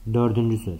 Dördüncü söz.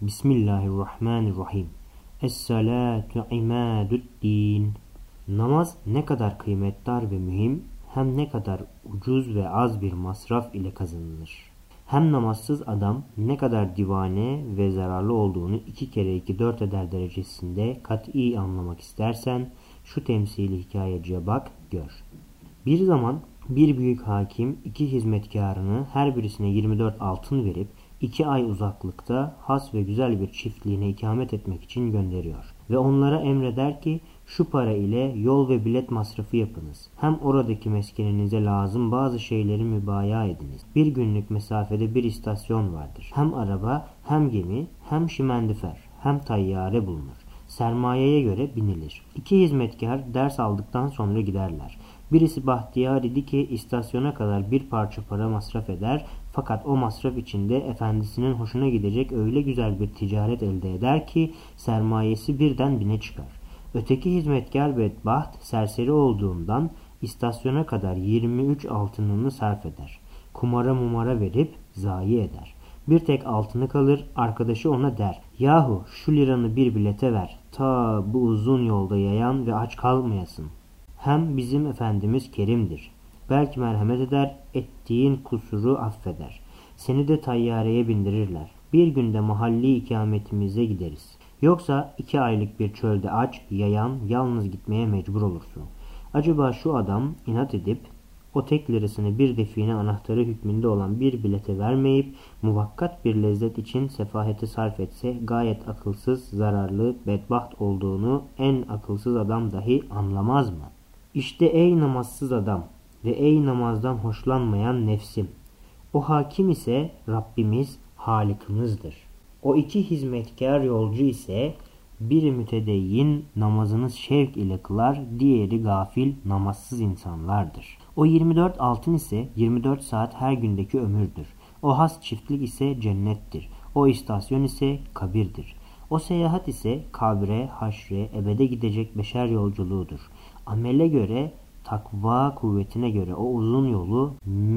Bismillahirrahmanirrahim. Es-salatu imadu'd-din. Namaz ne kadar kıymetli ve mühim, hem ne kadar ucuz ve az bir masraf ile kazanılır. Hem namazsız adam ne kadar divane ve zararlı olduğunu 2 kere 2 4 eder derecesinde kat'i anlamak istersen şu temsili hikayeciye bak, gör. Bir zaman bir büyük hakim 2 hizmetkarını her birisine 24 altın verip 2 ay uzaklıkta has ve güzel bir çiftliğine ikamet etmek için gönderiyor. Ve onlara emreder ki şu para ile yol ve bilet masrafı yapınız. Hem oradaki meskeninize lazım bazı şeyleri mübaya ediniz. Bir günlük mesafede bir istasyon vardır. Hem araba, hem gemi, hem şimendifer, hem tayyare bulunur. Sermayeye göre binilir. 2 hizmetkar ders aldıktan sonra giderler. Birisi bahtiyar idi ki istasyona kadar bir parça para masraf eder, fakat o masraf içinde efendisinin hoşuna gidecek öyle güzel bir ticaret elde eder ki sermayesi birden 1000'e çıkar. Öteki hizmetkar bedbaht serseri olduğundan istasyona kadar 23 altınını sarf eder. Kumara mumara verip zayi eder. Bir tek altını kalır, arkadaşı ona der: "Yahu şu liranı bir bilete ver, ta bu uzun yolda yayan ve aç kalmayasın. Hem bizim Efendimiz kerimdir. Belki merhamet eder, ettiğin kusuru affeder. Seni de tayyareye bindirirler. Bir günde mahalli ikametimize gideriz. Yoksa 2 aylık bir çölde aç, yayan, yalnız gitmeye mecbur olursun." Acaba şu adam inat edip o tek lirasını bir define anahtarı hükmünde olan bir bilete vermeyip muvakkat bir lezzet için sefahete sarf etse gayet akılsız, zararlı, bedbaht olduğunu en akılsız adam dahi anlamaz mı? İşte ey namazsız adam ve ey namazdan hoşlanmayan nefsim. O hakim ise Rabbimiz, Halikimizdir. O 2 hizmetkar yolcu ise biri mütedeyyin, namazını şevk ile kılar, diğeri gafil, namazsız insanlardır. O 24 altın ise 24 saat her gündeki ömürdür. O has çiftlik ise cennettir. O istasyon ise kabirdir. O seyahat ise kabre, haşre, ebede gidecek beşer yolculuğudur. Amele göre, takva kuvvetine göre o uzun yolu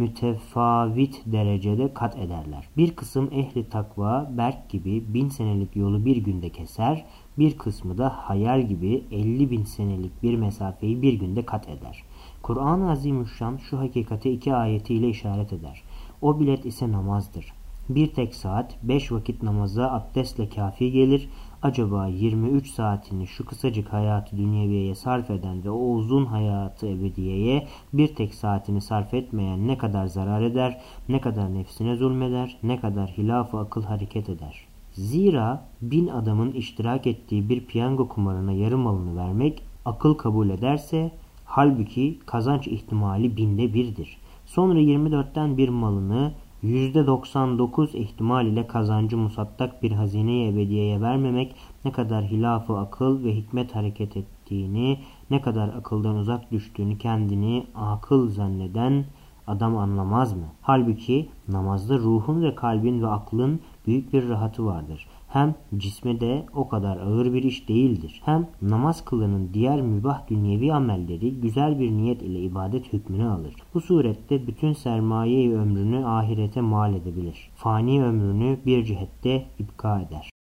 mütefavit derecede kat ederler. Bir kısım ehli takva berk gibi 1000 senelik yolu bir günde keser, bir kısmı da hayal gibi 50.000 senelik bir mesafeyi bir günde kat eder. Kur'an-ı Azimüşşan şu hakikate 2 ayetiyle işaret eder. O bilet ise namazdır. Bir tek saat 5 vakit namaza abdestle kafi gelir. Acaba 23 saatini şu kısacık hayatı dünyeviyeye sarf eden ve o uzun hayatı ebediyeye bir tek saatini sarf etmeyen ne kadar zarar eder, ne kadar nefsine zulmeder, ne kadar hilaf-ı akıl hareket eder. Zira 1000 adamın iştirak ettiği bir piyango kumarına yarı malını vermek akıl kabul ederse, halbuki kazanç ihtimali 1000'de 1'dir. Sonra 24'ten bir malını %99 ihtimal ile kazancı musaddak bir hazine-i ebediyeye vermemek ne kadar hilaf-ı akıl ve hikmet hareket ettiğini, ne kadar akıldan uzak düştüğünü kendini akıl zanneden adam anlamaz mı? Halbuki namazda ruhun ve kalbin ve aklın büyük bir rahatı vardır. Hem cisme de o kadar ağır bir iş değildir. Hem namaz kılının diğer mübah dünyevi amelleri güzel bir niyet ile ibadet hükmünü alır. Bu surette bütün sermaye-i ömrünü ahirete mal edebilir. Fani ömrünü bir cihette ibka eder.